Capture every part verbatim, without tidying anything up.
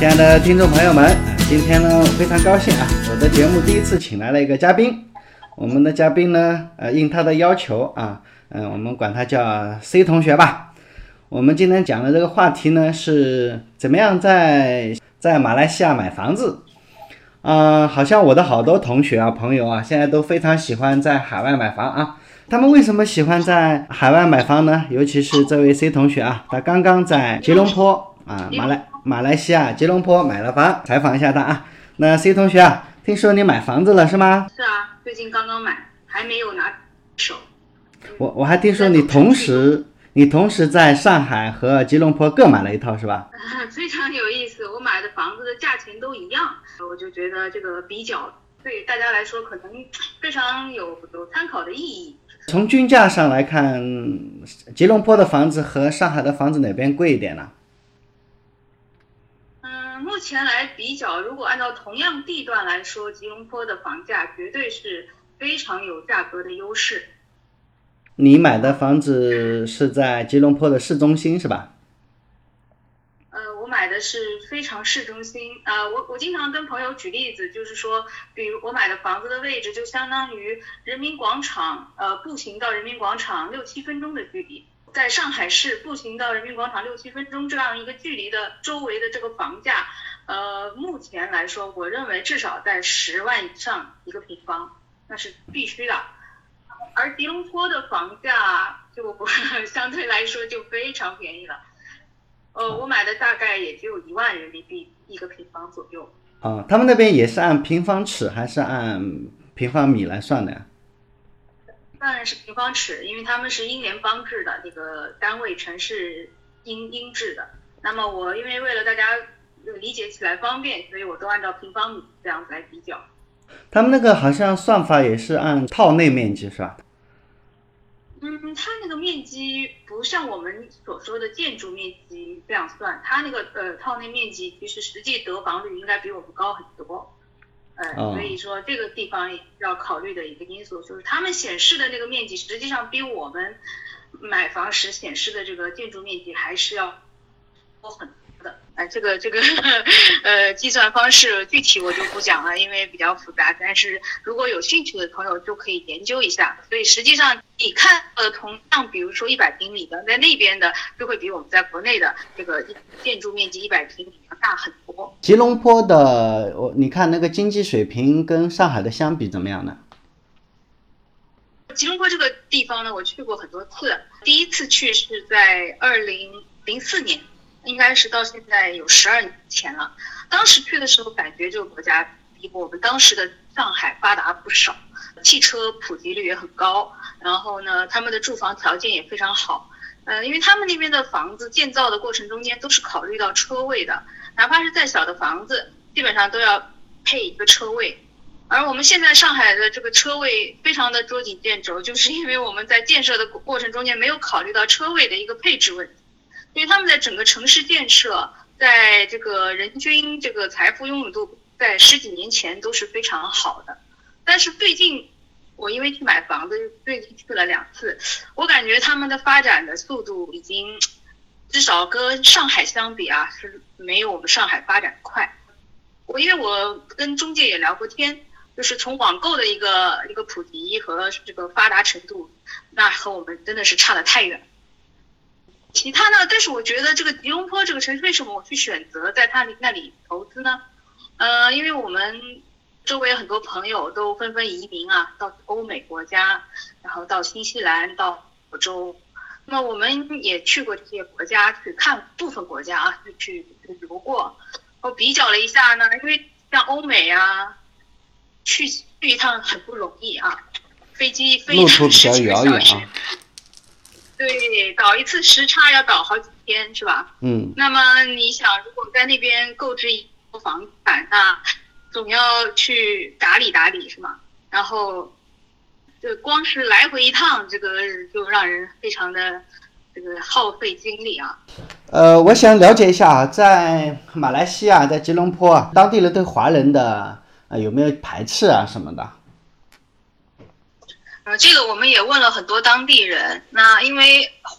亲爱的听众朋友们，今天呢我非常高兴啊，我的节目第一次请来了一个嘉宾。我们的嘉宾呢，呃，应他的要求啊，嗯、呃，我们管他叫 C 同学吧。我们今天讲的这个话题呢，是怎么样在在马来西亚买房子。啊、呃，好像我的好多同学啊、朋友啊，现在都非常喜欢在海外买房啊。他们为什么喜欢在海外买房呢？尤其是这位 C 同学啊，他刚刚在吉隆坡啊，马来马来西亚吉隆坡买了房，采访一下他啊。那 C 同学啊，听说你买房子了是吗？ 是啊，最近刚刚买，还没有拿手。 我我还听说你同时你同时在上海和吉隆坡各买了一套是吧？ 非常有意思，我买的房子的价钱都一样，我就觉得这个比较对大家来说可能非常有有参考的意义。 从均价上来看，吉隆坡的房子和上海的房子哪边贵一点呢？ 嗯，目前来比较，如果按照同样地段来说，吉隆坡的房价绝对是非常有价格的优势。 你买的房子是在吉隆坡的市中心是吧？ 呃，我买的是非常市中心，呃，我我经常跟朋友举例子，就是说，比如我买的房子的位置就相当于人民广场，呃，步行到人民广场六七分钟的距离，在上海市步行到人民广场六七分钟这样一个距离的周围的这个房价，呃，目前来说，我认为至少在十万以上一个平方，那是必须的。而吉隆坡的房价就相对来说就非常便宜了。呃，我买的大概也只有一万人民币一个平方左右。 啊，他们那边也是按平方尺还是按平方米来算的呀？ 当然是平方尺，因为他们是英联邦制的，这个单位城市英英制的。那么我因为为了大家理解起来方便，所以我都按照平方米这样子来比较。 他们那个好像算法也是按套内面积是吧？ 嗯，它那个面积不像我们所说的建筑面积这样算，它那个呃套内面积其实实际得房率应该比我们高很多，呃， 哦、 所以说这个地方要考虑的一个因素就是他们显示的那个面积，实际上比我们买房时显示的这个建筑面积还是要多很多的。哎、呃，这个这个呃计算方式具体我就不讲了，因为比较复杂。但是如果有兴趣的朋友就可以研究一下。所以实际上你看呃同样比如说一百平米的，在那边的就会比我们在国内的这个建筑面积一百平米要大很多。 吉隆坡的，我你看那个经济水平跟上海的相比怎么样呢？ 吉隆坡这个地方呢，我去过很多次，第一次去是在二零零四年。应该是到现在有十二年前了。当时去的时候，感觉这个国家比我们当时的上海发达不少，汽车普及率也很高，然后呢，他们的住房条件也非常好。呃，因为他们那边的房子建造的过程中间都是考虑到车位的，哪怕是再小的房子，基本上都要配一个车位。而我们现在上海的这个车位非常的捉襟见肘，就是因为我们在建设的过程中间没有考虑到车位的一个配置问题。所以他们在整个城市建设，在这个人均这个财富拥有度，在十几年前都是非常好的。但是最近我因为去买房子，最近去了两次，我感觉他们的发展的速度已经至少跟上海相比啊，是没有我们上海发展快。我因为我跟中介也聊过天，就是从网购的一个一个普及和这个发达程度，那和我们真的是差得太远。其他呢？但是我觉得这个吉隆坡这个城市，为什么我去选择在它那里投资呢？呃，因为我们周围很多朋友都纷纷移民啊，到欧美国家，然后到新西兰，到澳洲。那么我们也去过这些国家，去看部分国家啊，去去旅游过。我比较了一下呢，因为像欧美啊，去去一趟很不容易啊，飞机飞一趟十几个小时。对，倒一次时差要倒好几天，是吧？ 嗯。 那么你想，如果在那边购置一套房产，那总要去打理打理，是吗？然后，就光是来回一趟，这个就让人非常的这个耗费精力啊。 呃，我想了解一下，在马来西亚，在吉隆坡啊，当地人对华人的呃有没有排斥啊什么的？ 呃，这个我们也问了很多当地人，那因为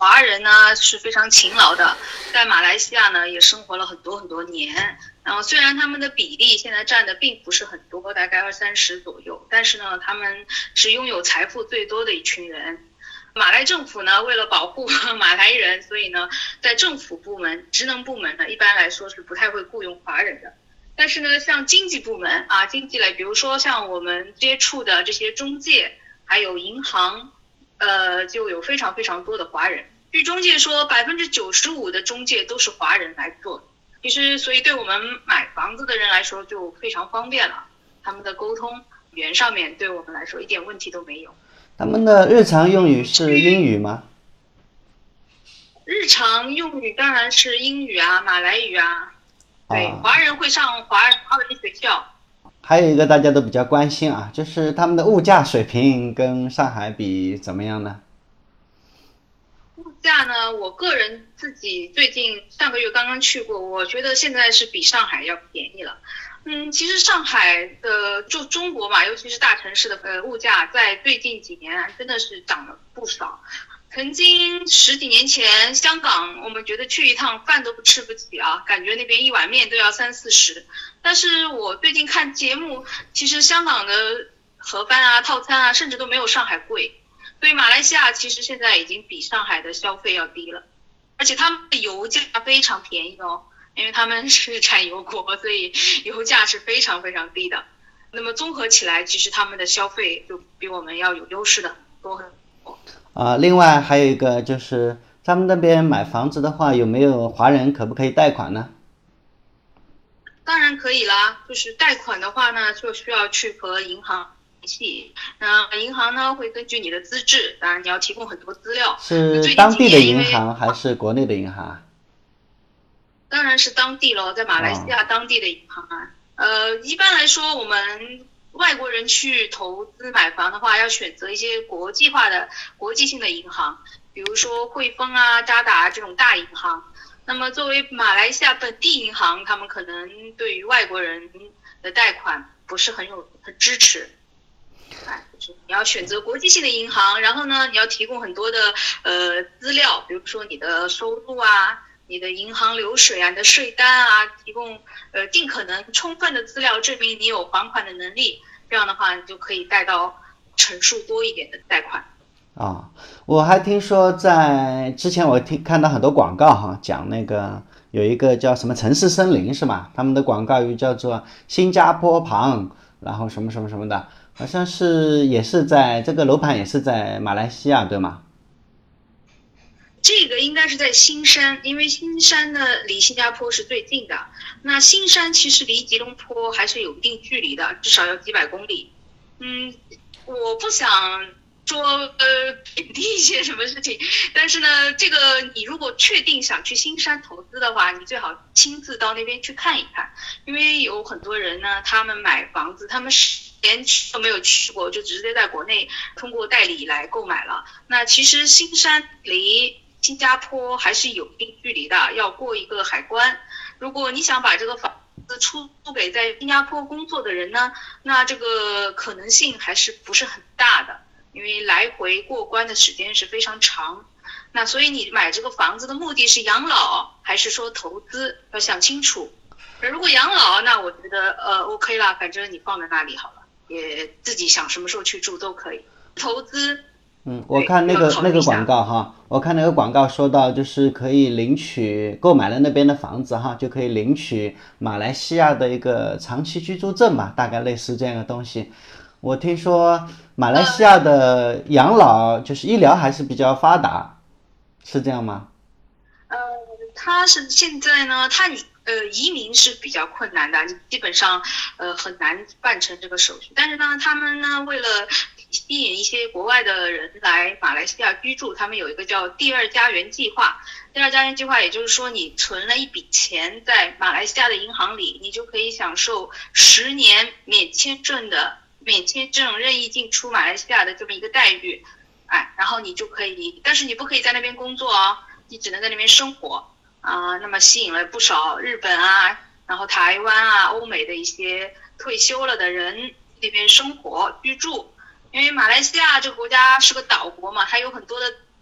华人呢是非常勤劳的，在马来西亚呢也生活了很多很多年。然后虽然他们的比例现在占的并不是很多，大概二三十左右，但是呢他们是拥有财富最多的一群人。马来政府呢为了保护马来人，所以呢在政府部门职能部门呢一般来说是不太会雇佣华人的。但是呢像经济部门啊，经济类比如说像我们接触的这些中介还有银行，呃就有非常非常多的华人。据中介说百分之九十五的中介都是华人来做的。其实所以对我们买房子的人来说就非常方便了，他们的沟通语言上面对我们来说一点问题都没有。 他们的日常用语是英语吗？ 日常用语当然是英语啊，马来语啊。对，啊、华人会上华华文学校。 还有一个大家都比较关心啊，就是他们的物价水平跟上海比怎么样呢？ 物价呢，我个人自己最近上个月刚刚去过，我觉得现在是比上海要便宜了。嗯，其实上海的就中国嘛，尤其是大城市的呃物价，在最近几年真的是涨了不少。曾经十几年前，香港我们觉得去一趟饭都吃不起啊，感觉那边一碗面都要三四十。但是我最近看节目，其实香港的盒饭啊、套餐啊，甚至都没有上海贵。所以马来西亚其实现在已经比上海的消费要低了，而且他们的油价非常便宜哦，因为他们是产油国，所以油价是非常非常低的。那么综合起来，其实他们的消费就比我们要有优势的多很多。 啊，另外还有一个就是他们那边买房子的话，有没有华人可不可以贷款呢？ 当然可以啦，就是贷款的话呢，就需要去和银行系，那银行呢会根据你的资质，当然你要提供很多资料。 是当地的银行还是国内的银行？ 当然是当地咯，在马来西亚当地的银行啊。哦、呃，一般来说，我们外国人去投资买房的话，要选择一些国际化的、国际性的银行，比如说汇丰啊、渣打这种大银行。那么作为马来西亚本地银行，他们可能对于外国人的贷款不是很有很支持。就是你要选择国际性的银行，然后呢，你要提供很多的呃资料，比如说你的收入啊、你的银行流水啊、你的税单啊，提供呃尽可能充分的资料，证明你有还款的能力。这样的话，你就可以贷到成数多一点的贷款。 啊、哦，我还听说在之前我听看到很多广告哈，讲那个有一个叫什么城市森林是吗？他们的广告语叫做新加坡旁，然后什么什么什么的。好像是也是在这个楼盘也是在马来西亚对吗？ 这个应该是在新山，因为新山呢离新加坡是最近的。那新山其实离吉隆坡还是有一定距离的，至少要几百公里。嗯，我不想说呃贬低一些什么事情，但是呢，这个你如果确定想去新山投资的话，你最好亲自到那边去看一看，因为有很多人呢，他们买房子，他们是连去都没有去过，就直接在国内通过代理来购买了。那其实新山离新加坡还是有一定距离的，要过一个海关。如果你想把这个房子出租给在新加坡工作的人呢，那这个可能性还是不是很大的，因为来回过关的时间是非常长。那所以你买这个房子的目的是养老还是说投资，要想清楚。如果养老，那我觉得呃 OK 啦，反正你放在那里好了，也自己想什么时候去住都可以。投资， 嗯，我看那个那个广告哈，我看那个广告说到就是可以领取购买了那边的房子哈，就可以领取马来西亚的一个长期居住证吧，大概类似这样的东西。我听说马来西亚的养老就是医疗还是比较发达，是这样吗？ 呃，他是现在呢，他呃移民是比较困难的，基本上呃很难办成这个手续。但是呢，他们呢为了吸引一些国外的人来马来西亚居住，他们有一个叫第二家园计划。第二家园计划也就是说，你存了一笔钱在马来西亚的银行里，你就可以享受十年免签证的免签证任意进出马来西亚的这么一个待遇。哎，然后你就可以，但是你不可以在那边工作哦，你只能在那边生活啊、呃。那么吸引了不少日本啊，然后台湾啊、欧美的一些退休了的人那边生活居住。因为马来西亚这个国家是个岛国嘛，它有很多的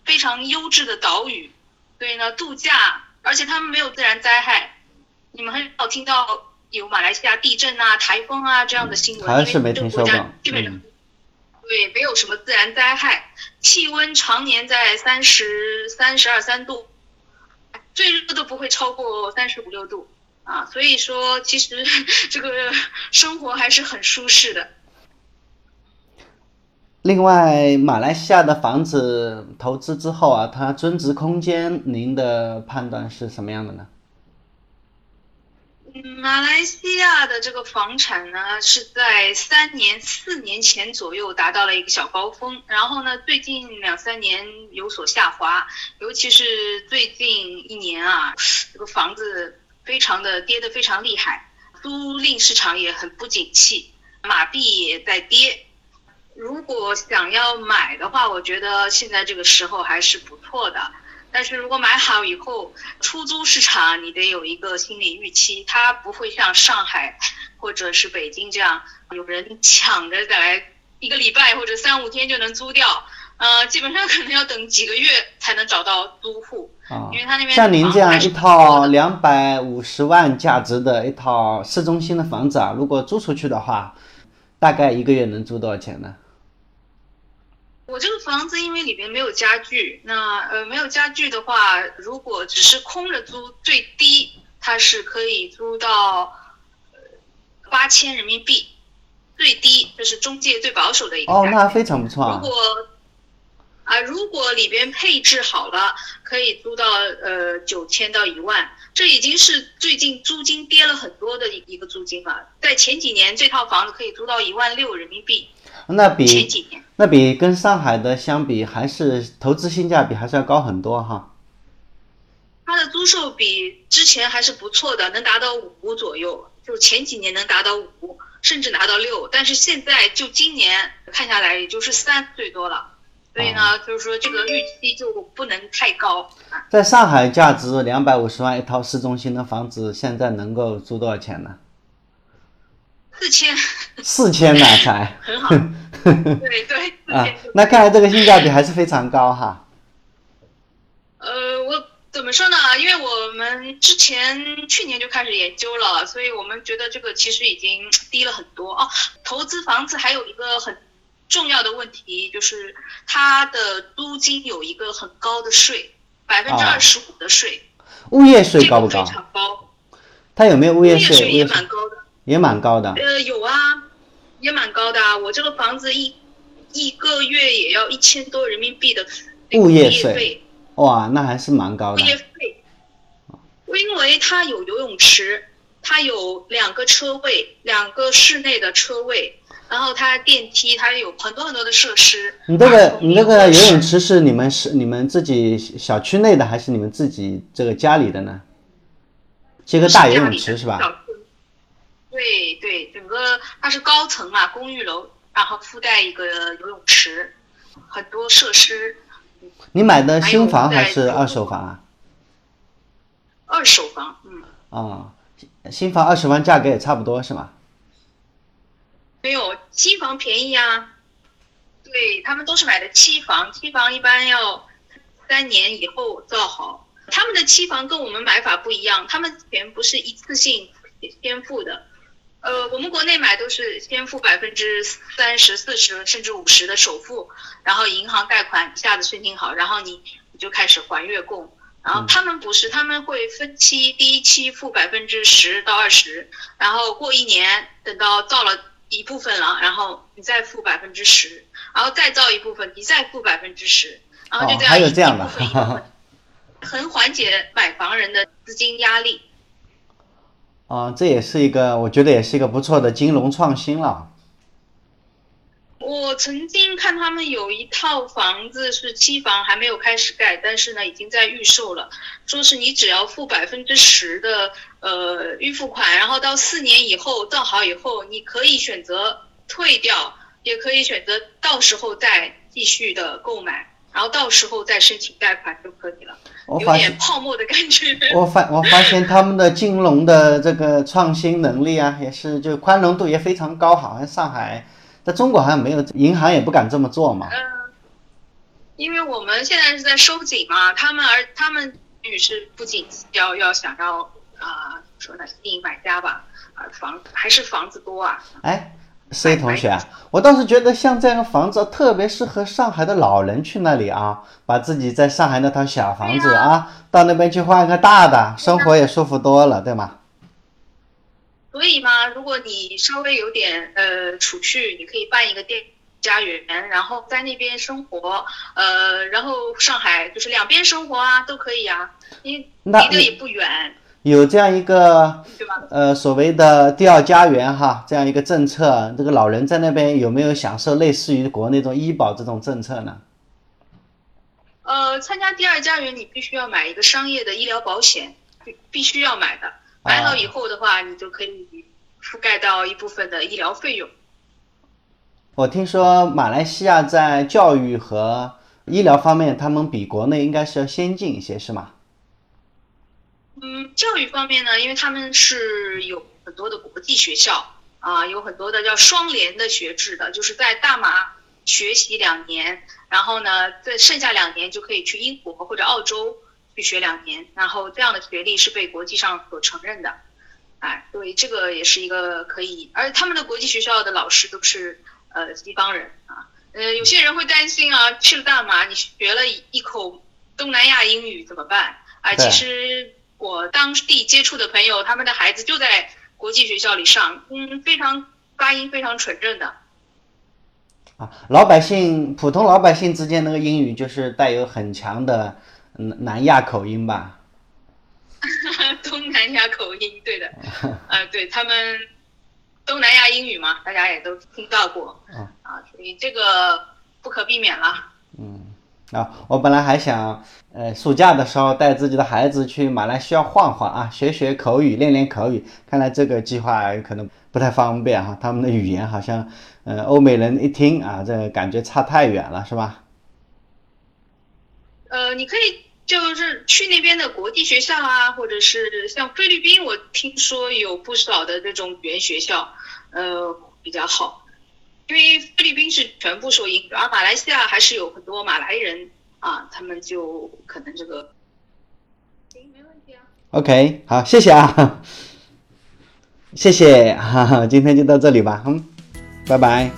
非常优质的岛屿，所以呢度假，而且他们没有自然灾害。你们很少听到有马来西亚地震啊、台风啊这样的新闻， 还是没听说过。 因为这个国家基本上、嗯、对，没有什么自然灾害，气温常年在三十三十二三度，最热都不会超过三十五六度啊，所以说其实这个生活还是很舒适的。 另外，马来西亚的房子投资之后啊，它增值空间，您的判断是什么样的呢？ 嗯，马来西亚的这个房产呢，是在三年、四年前左右达到了一个小高峰，然后呢，最近两三年有所下滑，尤其是最近一年啊，这个房子非常的跌得非常厉害，租赁市场也很不景气，马币也在跌。如果想要买的话，我觉得现在这个时候还是不错的。但是如果买好以后，出租市场你得有一个心理预期，它不会像上海或者是北京这样有人抢着再来一个礼拜或者三五天就能租掉，呃，基本上可能要等几个月才能找到租户， 啊、 因为它那边像您这样一套两百五十万价值的一套市中心的房子啊，如果租出去的话，大概一个月能租多少钱呢？ 我这个房子因为里边没有家具，那呃没有家具的话，如果只是空着租，最低它是可以租到八千人民币，最低，这是中介最保守的一个价钱。 哦，那非常不错啊。 如果啊，如果里边配置好了，可以租到呃九千到一万，这已经是最近租金跌了很多的一个租金了。在前几年，这套房子可以租到一万六人民币。 那比前几年， 那比跟上海的相比，还是投资性价比还是要高很多哈。 它的租售比之前还是不错的，能达到五左右，就前几年能达到五，甚至拿到六，但是现在就今年看下来也就是三最多了。所以呢，啊、就是说这个预期就不能太高。 在上海价值两百五十万一套市中心的房子，现在能够租多少钱呢？ 四千。 四千呢才。 很好。对对。 啊，那看来这个性价比还是非常高哈。 呃，我怎么说呢？因为我们之前去年就开始研究了，所以我们觉得这个其实已经低了很多哦。投资房子还有一个很重要的问题，就是它的租金有一个很高的税，百分之二十五的税。 物业税高不高？ 这个非常高。 它有没有物业税？ 物业税也蛮高的。 也蛮高的。 呃，有啊，也蛮高的啊。我这个房子一一个月也要一千多人民币的物业税。哇，那还是蛮高的。 物业费，因为它有游泳池，它有两个车位，两个室内的车位，然后它电梯，它有很多很多的设施。 你这个你这个游泳池是你们是你们自己小区内的，还是你们自己这个家里的呢？这个大游泳池是吧？ 对对，整个它是高层嘛，公寓楼，然后附带一个游泳池，很多设施。 你买的新房还是二手房啊？ 二手房，嗯。 啊、哦，新房二十万，价格也差不多是吗？ 没有，期房便宜啊。对，他们都是买的期房，期房一般要三年以后造好。他们的期房跟我们买法不一样，他们钱不是一次性先付的。呃，我们国内买都是先付百分之三十、四十甚至五十的首付，然后银行贷款一下子申请好，然后你你就开始还月供。然后他们不是，他们会分期，第一期付百分之十到二十，然后过一年等到造了一部分了，然后你再付百分之十，然后再造一部分，你再付百分之十，然后就这样一部分一部分，哦、很缓解买房人的资金压力。 啊，这也是一个，我觉得也是一个不错的金融创新了。 我曾经看他们有一套房子是期房，还没有开始盖，但是呢已经在预售了，说是你只要付百分之十的呃预付款，然后到四年以后造好以后，你可以选择退掉，也可以选择到时候再继续的购买，然后到时候再申请贷款就可以了。有点泡沫的感觉。 我发我发现他们的金融的这个创新能力啊，也是就宽容度也非常高，好像上海在中国好像没有，银行也不敢这么做嘛。 嗯， 因为我们现在是在收紧嘛，他们而他们也是不仅要要想要啊、呃，说呢吸引买家吧，啊、呃、房还是房子多啊。 哎 ，C 同学，我倒是觉得像这样的房子特别适合上海的老人去那里啊，把自己在上海那套小房子啊，啊到那边去换一个大的，生活也舒服多了，对吗？ 所以嘛，如果你稍微有点呃储蓄，你可以办一个店家园，然后在那边生活，呃，然后上海就是两边生活啊，都可以啊，你离得也不远。 有这样一个呃所谓的第二家园哈，这样一个政策，这个老人在那边有没有享受类似于国内这种医保这种政策呢？ 呃，参加第二家园，你必须要买一个商业的医疗保险，必须要买的。买好以后的话，你就可以覆盖到一部分的医疗费用。 我听说马来西亚在教育和医疗方面，他们比国内应该是要先进一些，是吗？ 嗯，教育方面呢，因为他们是有很多的国际学校啊、呃，有很多的叫双联的学制的，就是在大马学习两年，然后呢，在剩下两年就可以去英国或者澳洲去学两年，然后这样的学历是被国际上所承认的。哎，所以这个也是一个可以，而他们的国际学校的老师都是呃西方人啊。呃，有些人会担心啊，去了大马你学了一口东南亚英语怎么办啊？其实我当地接触的朋友，他们的孩子就在国际学校里上，嗯，非常发音非常纯正的。 啊，老百姓普通老百姓之间那个英语就是带有很强的南亚口音吧？ 东南亚口音，对的，呃，对他们东南亚英语嘛，大家也都听到过啊，所以这个不可避免了。 嗯，啊，我本来还想，呃，暑假的时候带自己的孩子去马来西亚晃晃啊，学学口语，练练口语。看来这个计划可能不太方便哈、啊，他们的语言好像，呃，欧美人一听啊，这个感觉差太远了，是吧？ 呃，你可以就是去那边的国际学校啊，或者是像菲律宾，我听说有不少的这种语言学校，呃，比较好。因为菲律宾是全部说英语，而马来西亚还是有很多马来人啊，他们就可能这个行，没问题啊。 OK， 好，谢谢啊，谢谢，哈哈，今天就到这里吧，嗯，拜拜。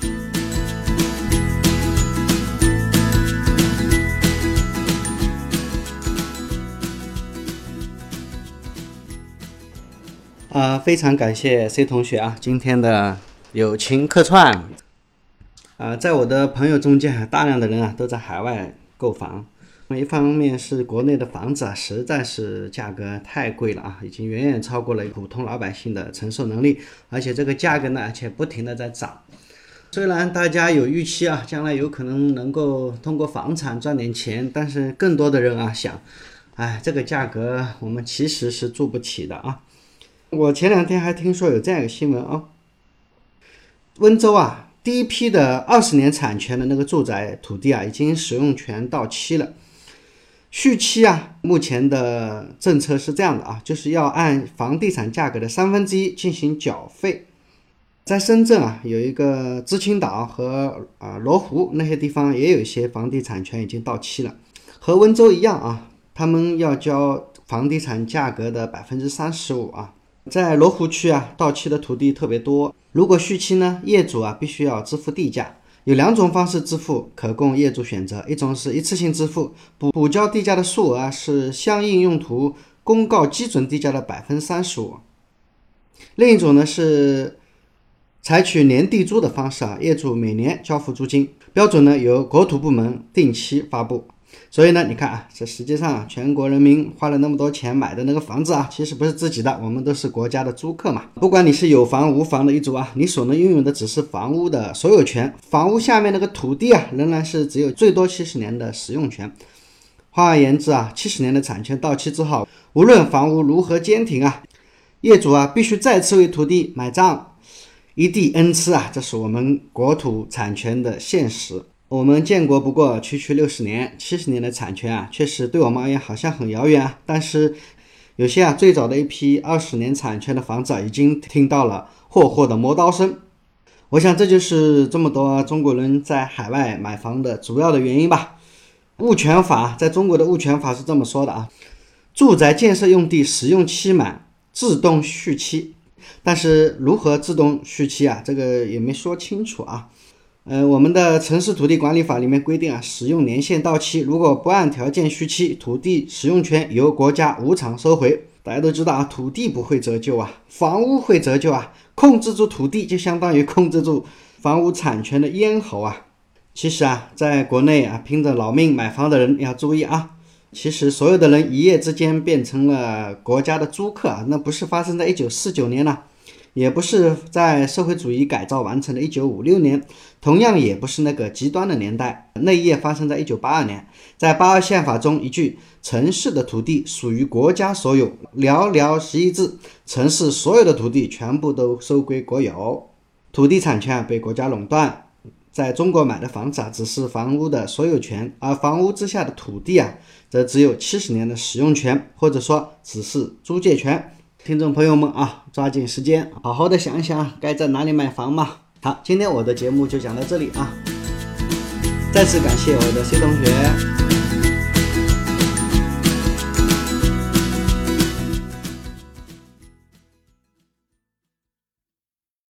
啊、呃，非常感谢 C 同学啊，今天的友情客串。啊、呃，在我的朋友中间，大量的人啊都在海外购房。一方面是国内的房子啊，实在是价格太贵了啊，已经远远超过了普通老百姓的承受能力，而且这个价格呢，而且不停的在涨。虽然大家有预期啊，将来有可能能够通过房产赚点钱，但是更多的人啊想，哎，这个价格我们其实是住不起的啊。我前两天还听说有这样一个新闻啊，温州啊，第一批的二十年产权的那个住宅土地啊，已经使用权到期了。续期啊，目前的政策是这样的啊，就是要按房地产价格的三分之一进行缴费。在深圳啊，有一个知青岛和啊罗湖那些地方也有一些房地产权已经到期了，和温州一样啊，他们要交房地产价格的百分之三十五啊。在罗湖区啊，到期的土地特别多。如果续期呢，业主啊必须要支付地价。有两种方式支付可供业主选择，一种是一次性支付，补补交地价的数额是相应用途公告基准地价的百分之三十五。另一种呢是采取年地租的方式啊，业主每年交付租金，标准呢由国土部门定期发布。所以呢，你看啊，这实际上啊，全国人民花了那么多钱买的那个房子啊，其实不是自己的，我们都是国家的租客嘛。不管你是有房无房的一族啊，你所能拥有的只是房屋的所有权，房屋下面那个土地啊，仍然是只有最多七十年的使用权。换而言之啊，七十年的产权到期之后，无论房屋如何坚挺啊，业主啊必须再次为土地买账，一地 n 次啊，这是我们国土产权的现实。我们建国不过区区六十年，七十年的产权啊，确实对我们而言好像很遥远啊。但是有些啊，最早的一批二十年产权的房子啊，已经听到了霍霍的磨刀声。我想这就是这么多中国人在海外买房的主要的原因吧。 物权法在中国的物权法是这么说的啊，住宅建设用地使用期满自动续期，但是如何自动续期啊，这个也没说清楚啊。呃，我们的城市土地管理法里面规定啊，使用年限到期，如果不按条件续期，土地使用权由国家无偿收回。大家都知道啊，土地不会折旧啊，房屋会折旧啊，控制住土地就相当于控制住房屋产权的咽喉啊。其实啊，在国内啊，拼着老命买房的人要注意啊，其实所有的人一夜之间变成了国家的租客啊，那不是发生在一九四九年了、啊，也不是在社会主义改造完成的一九五六年，同样也不是那个极端的年代，那一夜发生在一九八二年。在八二宪法中，一句城市的土地属于国家所有，寥寥十一字，城市所有的土地全部都收归国有，土地产权被国家垄断。在中国买的房子啊，只是房屋的所有权，而房屋之下的土地啊，则只有七十年的使用权，或者说只是租借权。听众朋友们啊，抓紧时间好好的想一想该在哪里买房嘛。好，今天我的节目就讲到这里啊，再次感谢我的 C 同学。